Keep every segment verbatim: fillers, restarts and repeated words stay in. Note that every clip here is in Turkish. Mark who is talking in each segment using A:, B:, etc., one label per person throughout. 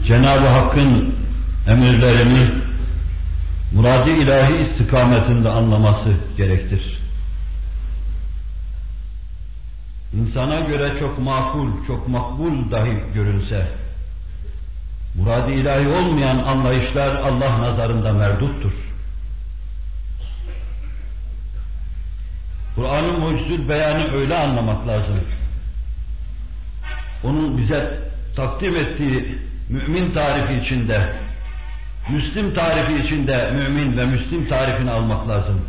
A: Cenab-ı Hakk'ın emirlerini murad-ı ilahi istikametinde anlaması gerektir. İnsana göre çok makul, çok makbul dahi görünse, murad-ı ilahi olmayan anlayışlar Allah nazarında merduttur. Kur'an-ı Mucizül Beyan'ı öyle anlamak lazım. Onun bize takdim ettiği mümin tarifi içinde, Müslim tarifi içinde mümin ve Müslim tarifini almak lazım.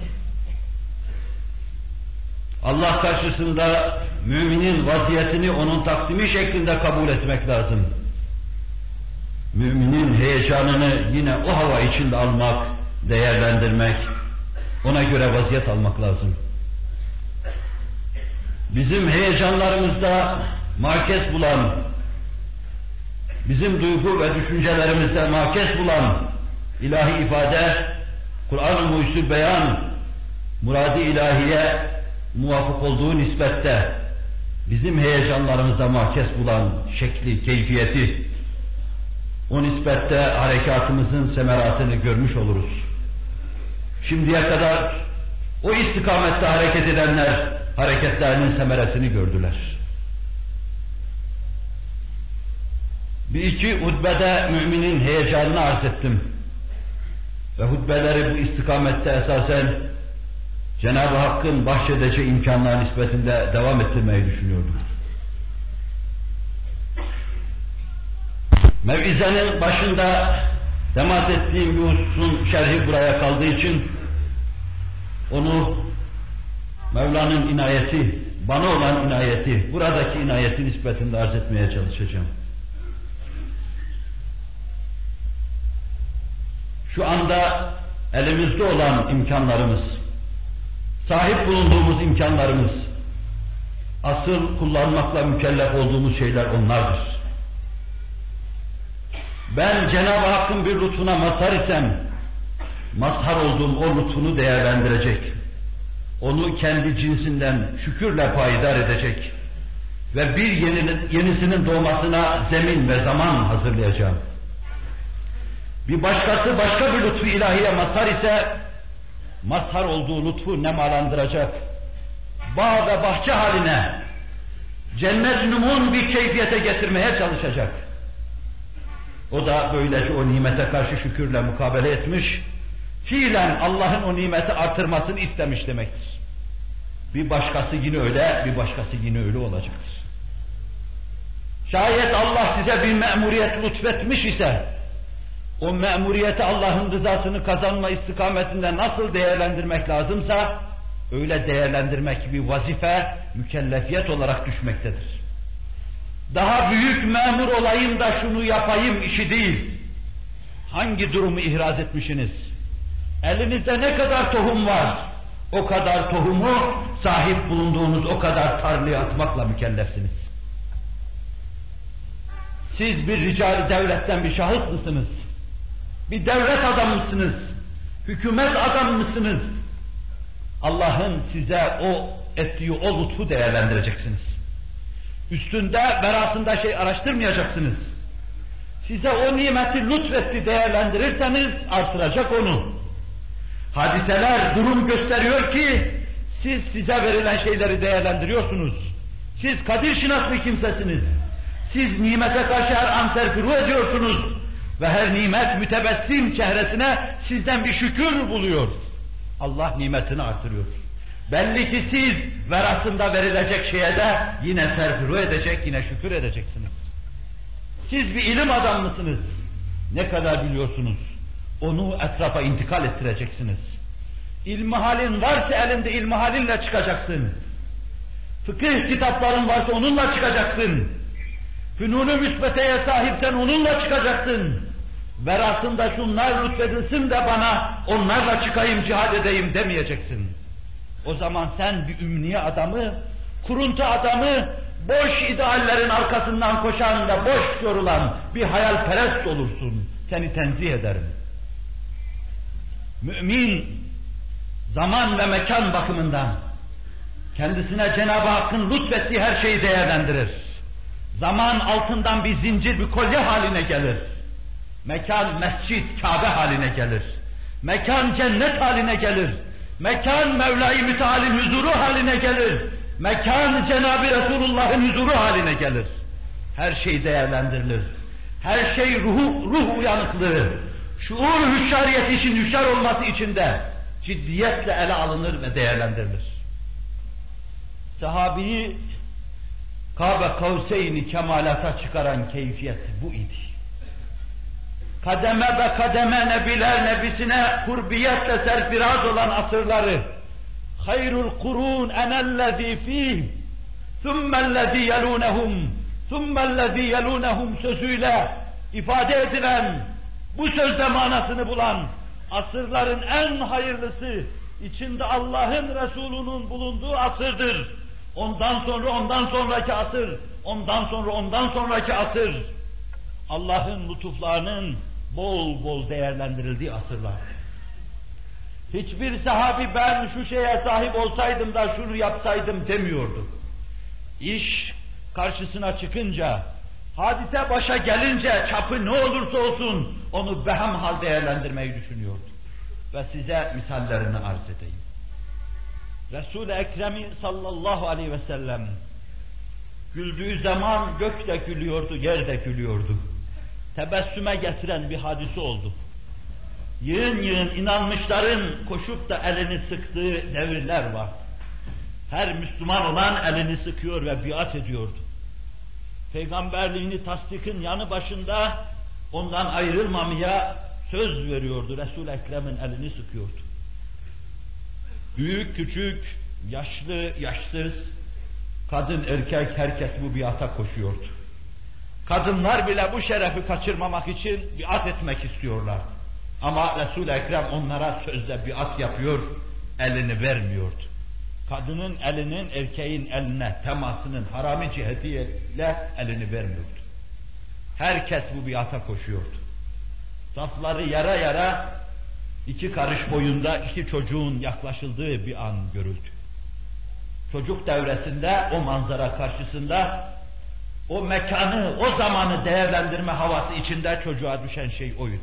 A: Allah karşısında müminin vaziyetini onun takdimi şeklinde kabul etmek lazım. Müminin heyecanını yine o hava içinde almak, değerlendirmek, ona göre vaziyet almak lazım. Bizim heyecanlarımızda merkez bulan, bizim duygu ve düşüncelerimizde merkez bulan ilahi ifade, Kur'an-ı Mucizül Beyan, murad-ı ilahiye muvafık olduğu nispette bizim heyecanlarımızda merkez bulan şekli, keyfiyeti, o nispette harekatımızın semeratını görmüş oluruz. Şimdiye kadar o istikamette hareket edenler hareketlerinin semeresini gördüler. Bir iki hutbede müminin heyecanını arz ettim. Ve hutbeleri bu istikamette esasen Cenab-ı Hakk'ın bahşedeceği imkanlar nispetinde devam ettirmeyi düşünüyordum. Mev'izenin başında temas ettiğim bir hususun şerhi buraya kaldığı için onu Mevla'nın inayeti, bana olan inayeti, buradaki inayeti nispetinde arz etmeye çalışacağım. Şu anda elimizde olan imkanlarımız, sahip bulunduğumuz imkanlarımız, asıl kullanmakla mükellef olduğumuz şeyler onlardır. Ben Cenab-ı Hakk'ın bir lütfuna mazhar isem, mazhar olduğum o lütfunu değerlendirecek, onu kendi cinsinden şükürle payidar edecek ve bir yeni, yenisinin doğmasına zemin ve zaman hazırlayacağım. Bir başkası başka bir lütfu ilahiye mazhar ise, mazhar olduğu lütfu nemalandıracak, bağ ve bahçe haline, cennet numun bir keyfiyete getirmeye çalışacak. O da böylece o nimete karşı şükürle mukabele etmiş, fiilen Allah'ın o nimeti artırmasını istemiş demektir. Bir başkası yine öyle, bir başkası yine öyle olacaktır. Şayet Allah size bir memuriyet lütfetmiş ise, o memuriyeti Allah'ın rızasını kazanma istikametinde nasıl değerlendirmek lazımsa, öyle değerlendirmek bir vazife, mükellefiyet olarak düşmektedir. Daha büyük memur olayım da şunu yapayım işi değil. Hangi durumu ihraz etmişsiniz? Elinizde ne kadar tohum var? O kadar tohumu sahip bulunduğunuz o kadar tarlaya atmakla mükellefsiniz. Siz bir rical-i devletten bir şahıs mısınız? Bir devlet adamı mısınız? Hükümet adamı mısınız? Allah'ın size o ettiği o lütfu değerlendireceksiniz. Üstünde, berasında şey araştırmayacaksınız. Size o nimeti lütfetti değerlendirirseniz artıracak onu. Hadiseler, durum gösteriyor ki siz size verilen şeyleri değerlendiriyorsunuz. Siz kadir şinaslı kimsesiniz. Siz nimete karşı her an serfiru ediyorsunuz. Ve her nimet mütebessim çehresine sizden bir şükür buluyor. Allah nimetini artırıyor. Belli ki siz verasında verilecek şeye de yine serfiru edecek, yine şükür edeceksiniz. Siz bir ilim adam mısınız? Ne kadar biliyorsunuz? Onu etrafa intikal ettireceksiniz. İlmihalin varsa elinde ilmihalinle çıkacaksın. Fıkıh kitapların varsa onunla çıkacaksın. Fünun-u müsbeteye sahipsen onunla çıkacaksın. Verasında şunlar lütfedilsin de bana onlarla çıkayım, cihad edeyim demeyeceksin. O zaman sen bir ümniye adamı, kuruntu adamı, boş ideallerin arkasından koşan ve boş yorulan bir hayalperest olursun. Seni tenzih ederim. Mümin, zaman ve mekan bakımından kendisine Cenab-ı Hakk'ın lütfettiği her şeyi değerlendirir. Zaman altından bir zincir, bir kolye haline gelir. Mekan mescid, Kabe haline gelir. Mekan cennet haline gelir. Mekan Mevla-i Müteal'in huzuru haline gelir. Mekan Cenab-ı Resulullah'ın huzuru haline gelir. Her şey değerlendirilir. Her şey ruhu, ruh uyanıklığı, şuur hüşşariyeti için, hüşşar olması için de ciddiyetle ele alınır ve değerlendirilir. Sahabeyi Kabe Kavseyni kemalata çıkaran keyfiyet bu idi. Kademe be kademe nebiler nebisine kurbiyetle serfiraz olan asırları, hayrul kurun enellezî fîh, thummellezî yelûnehum, thummellezî yelûnehum sözüyle ifade edilen, bu sözde manasını bulan, asırların en hayırlısı, içinde Allah'ın Resulü'nün bulunduğu asırdır. Ondan sonra ondan sonraki asır, ondan sonra ondan sonraki asır, Allah'ın lütuflarının bol bol değerlendirildiği asırlar. Hiçbir sahabi ben şu şeye sahip olsaydım da şunu yapsaydım demiyordu. İş karşısına çıkınca, hadise başa gelince çapı ne olursa olsun onu behemhal değerlendirmeyi düşünüyordu. Ve size misallerini arz edeyim. Resul-i Ekrem sallallahu aleyhi ve sellem güldüğü zaman gök de gülüyordu, yer de gülüyordu. Tebessüme getiren bir hadise oldu. Yığın yığın inanmışların koşup da elini sıktığı devirler var. Her Müslüman olan elini sıkıyor ve biat ediyordu. Peygamberliğini tasdikin yanı başında ondan ayrılmamaya söz veriyordu. Resul-i Ekrem'in elini sıkıyordu. Büyük, küçük, yaşlı, yaşsız, kadın, erkek, herkes bu biata koşuyordu. Kadınlar bile bu şerefi kaçırmamak için biat etmek istiyorlar. Ama Resul-i Ekrem onlara sözle biat yapıyor, elini vermiyordu. Kadının elinin erkeğin eline temasının harami cihetiyle elini vermiyordu. Herkes bu biata koşuyordu. Safları yara yara iki karış boyunda iki çocuğun yaklaşıldığı bir an görüldü. Çocuk devresinde o manzara karşısında o mekanı, o zamanı değerlendirme havası içinde çocuğa düşen şey oydu.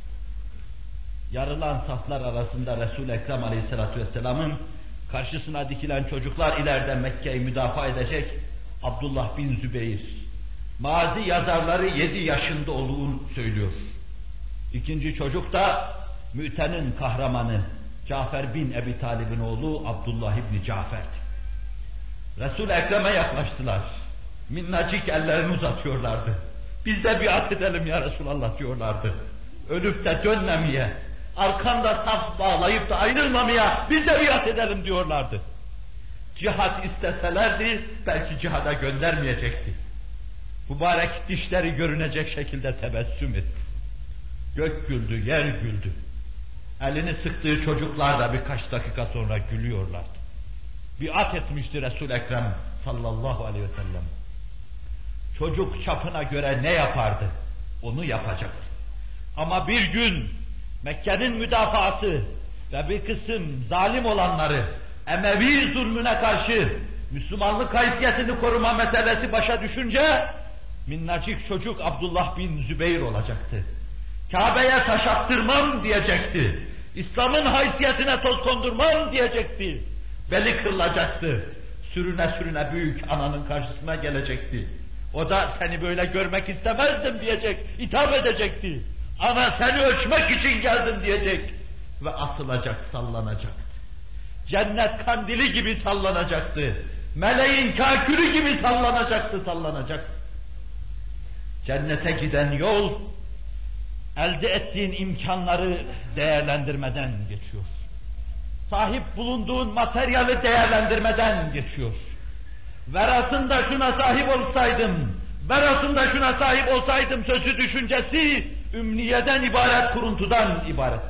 A: Yarılan saflar arasında Resul-i Ekrem Aleyhisselatü Vesselam'ın karşısına dikilen çocuklar ileride Mekke'yi müdafaa edecek Abdullah bin Zübeyir. Mazi yazarları yedi yaşında olduğunu söylüyor. İkinci çocuk da Mü'te'nin kahramanı Cafer bin Ebi Talib'in oğlu Abdullah İbni Cafer'di. Resul-i Ekrem'e yaklaştılar. Minnacık ellerini uzatıyorlardı. Biz de biat edelim ya Resulallah diyorlardı. Ölüp de dönmemeye, arkanda saf bağlayıp da ayrılmamaya biz de biat edelim diyorlardı. Cihat isteselerdi belki cihada göndermeyecekti. Mübarek dişleri görünecek şekilde tebessüm etti. Gök güldü, yer güldü. Elini sıktığı çocuklar da birkaç dakika sonra gülüyorlardı. Biat etmişti Resul-i Ekrem sallallahu aleyhi ve sellem. Çocuk çapına göre ne yapardı? Onu yapacaktı. Ama bir gün Mekke'nin müdafaası ve bir kısım zalim olanları Emevi zulmüne karşı Müslümanlık haysiyetini koruma meselesi başa düşünce minnacık çocuk Abdullah bin Zübeyir olacaktı. Kabe'ye taş attırmam diyecekti. İslam'ın haysiyetine toz kondurmam diyecekti. Beli kırılacaktı. Sürüne sürüne büyük ananın karşısına gelecekti. O da seni böyle görmek istemezdim diyecek, hitap edecekti. Ana seni ölçmek için geldim diyecek. Ve asılacak, sallanacaktı. Cennet kandili gibi sallanacaktı. Meleğin kakülü gibi sallanacaktı, sallanacaktı. Cennete giden yol, elde ettiğin imkanları değerlendirmeden geçiyor. Sahip bulunduğun materyali değerlendirmeden geçiyor. Verasında şuna sahip olsaydım, verasında şuna sahip olsaydım sözü düşüncesi, ümniyeden ibaret, kuruntudan ibaret.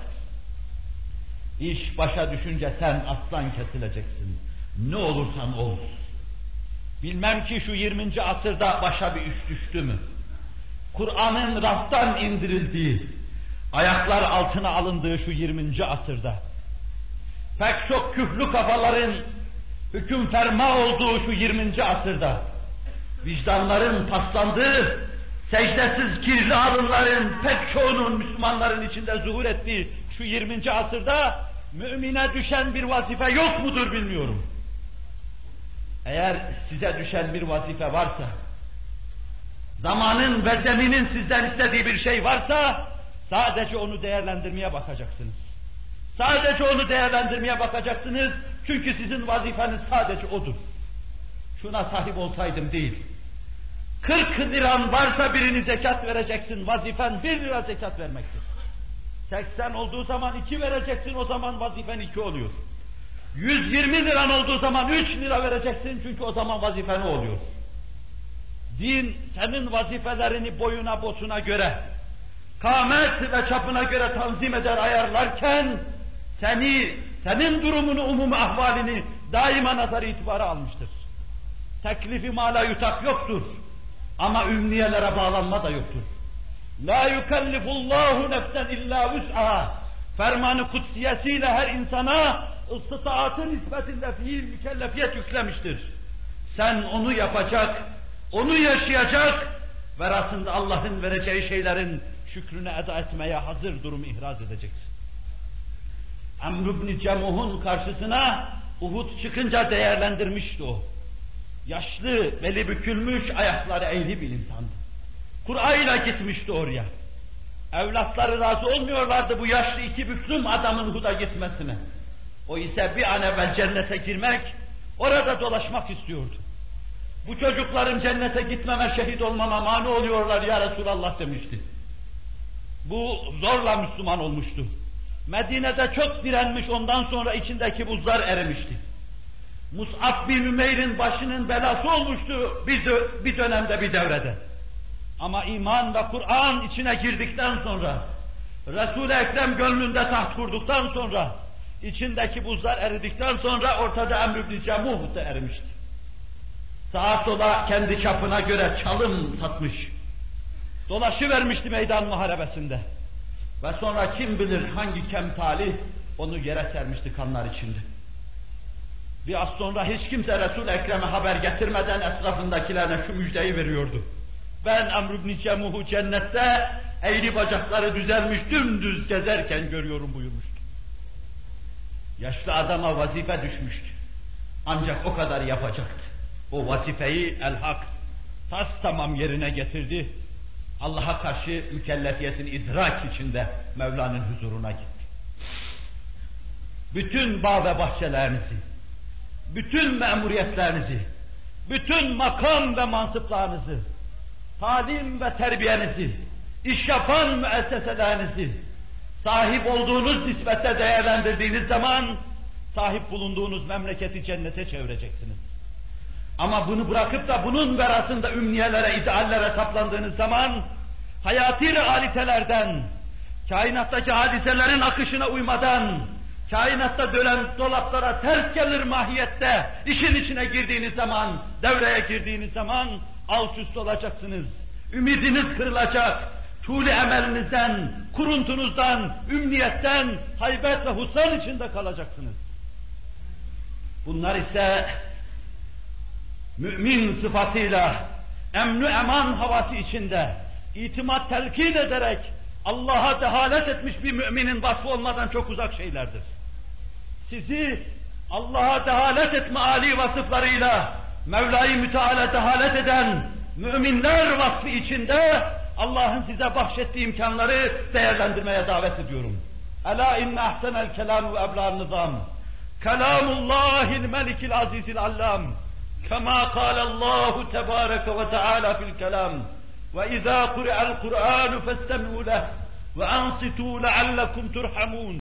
A: İş başa düşünce sen aslan kesileceksin. Ne olursan ol. Bilmem ki şu yirminci asırda başa bir iş düştü mü? Kur'an'ın raftan indirildiği, ayaklar altına alındığı şu yirminci asırda, pek çok küflü kafaların hüküm ferma olduğu şu yirminci asırda, vicdanların paslandığı, secdesiz kirli alınların pek çoğunun Müslümanların içinde zuhur ettiği şu yirminci asırda mümine düşen bir vazife yok mudur bilmiyorum. Eğer size düşen bir vazife varsa, zamanın ve zeminin sizden istediği bir şey varsa, sadece onu değerlendirmeye bakacaksınız. Sadece onu değerlendirmeye bakacaksınız, çünkü sizin vazifeniz sadece odur. Şuna sahip olsaydım değil. kırk liran varsa birini zekat vereceksin, vazifen bir lira zekat vermektir. seksen olduğu zaman iki vereceksin, o zaman vazifen iki oluyor. yüz yirmi liran olduğu zaman üç lira vereceksin, çünkü o zaman vazifen oluyor. Din, senin vazifelerini boyuna bosuna göre, kâmet ve çapına göre tanzim eder, ayarlarken, seni, senin durumunu, umumi ahvalini daima nazar itibara almıştır. Teklifi mala yutak yoktur. Ama ümniyelere bağlanma da yoktur. La yukellifullahu nefsen illa vus'aha. Fermanı kutsiyesiyle her insana istitatı nispetinde fiil mükellefiyet yüklemiştir. Sen onu yapacak, onu yaşayacak ve aslında Allah'ın vereceği şeylerin şükrünü eda etmeye hazır durumu ihraz edeceksin. Amr ibn Cemuh'un karşısına Uhud çıkınca değerlendirmişti o. Yaşlı, beli bükülmüş, ayakları eğri bir insandı. Kur'an'la gitmişti oraya. Evlatları razı olmuyorlardı bu yaşlı iki büklüm adamın Uhud'a gitmesine. O ise bir an evvel cennete girmek, orada dolaşmak istiyordu. Bu çocukların cennete gitmeme, şehit olmama mani oluyorlar ya Resulallah demişti. Bu zorla Müslüman olmuştu. Medine'de çok direnmiş, ondan sonra içindeki buzlar erimişti. Mus'ab bin Ümeyr'in başının belası olmuştu bir, dö bir dönemde, bir devrede. Ama iman ve Kur'an içine girdikten sonra, Resul-i Ekrem gönlünde taht kurduktan sonra, içindeki buzlar eridikten sonra ortada Amr ibn Cemuh da erimişti. Sağa sola kendi çapına göre çalım satmış, dolaşıvermişti meydan muharebesinde. Ve sonra kim bilir hangi kemtali onu yere sermişti kanlar içinde. Bir az sonra hiç kimse Resul-i Ekrem'e haber getirmeden etrafındakilerine şu müjdeyi veriyordu. Ben Amr ibn Cemuh'u cennette eğri bacakları düzelmiş dümdüz gezerken görüyorum buyurmuştu. Yaşlı adama vazife düşmüştü. Ancak o kadar yapacaktı. O vazifeyi el-hak tas tamam yerine getirdi. Allah'a karşı mükellefiyetini idrak içinde Mevla'nın huzuruna gitti. Bütün bağ ve bahçelerinizi, bütün memuriyetlerinizi, bütün makam ve mansıplarınızı, talim ve terbiyenizi, iş yapan müesseselerinizi, sahip olduğunuz nispette değerlendirdiğiniz zaman, sahip bulunduğunuz memleketi cennete çevireceksiniz. Ama bunu bırakıp da bunun verasında ümniyelere, ideallere saplandığınız zaman, hayati realitelerden, kainattaki hadiselerin akışına uymadan, kainatta dönen dolaplara ters gelir mahiyette, işin içine girdiğiniz zaman, devreye girdiğiniz zaman, alt üst olacaksınız. Ümidiniz kırılacak, tuğlu emelinizden, kuruntunuzdan, ümniyetten, haybet ve husran içinde kalacaksınız. Bunlar ise, mümin sıfatıyla, emn-i eman havası içinde, itimat telkin ederek, Allah'a dehalet etmiş bir müminin vasfı olmadan çok uzak şeylerdir. Sizi Allah'a dehalet etme âli vasıflarıyla Mevla-i Müteala dehalet eden müminler vasfı içinde Allah'ın size bahşettiği imkanları değerlendirmeye davet ediyorum. Ela inne ahsenel kelam ve ebla'n nizam. Kelamullahil melikil azizil allam. Kema kâlallahu tebâreke ve teâlâ fil kelam. وَإِذَا قُرِئَ الْقُرْآنُ فَاسْتَمِعُوا لَهُ وَأَنصِتُوا لَعَلَّكُمْ تُرْحَمُونَ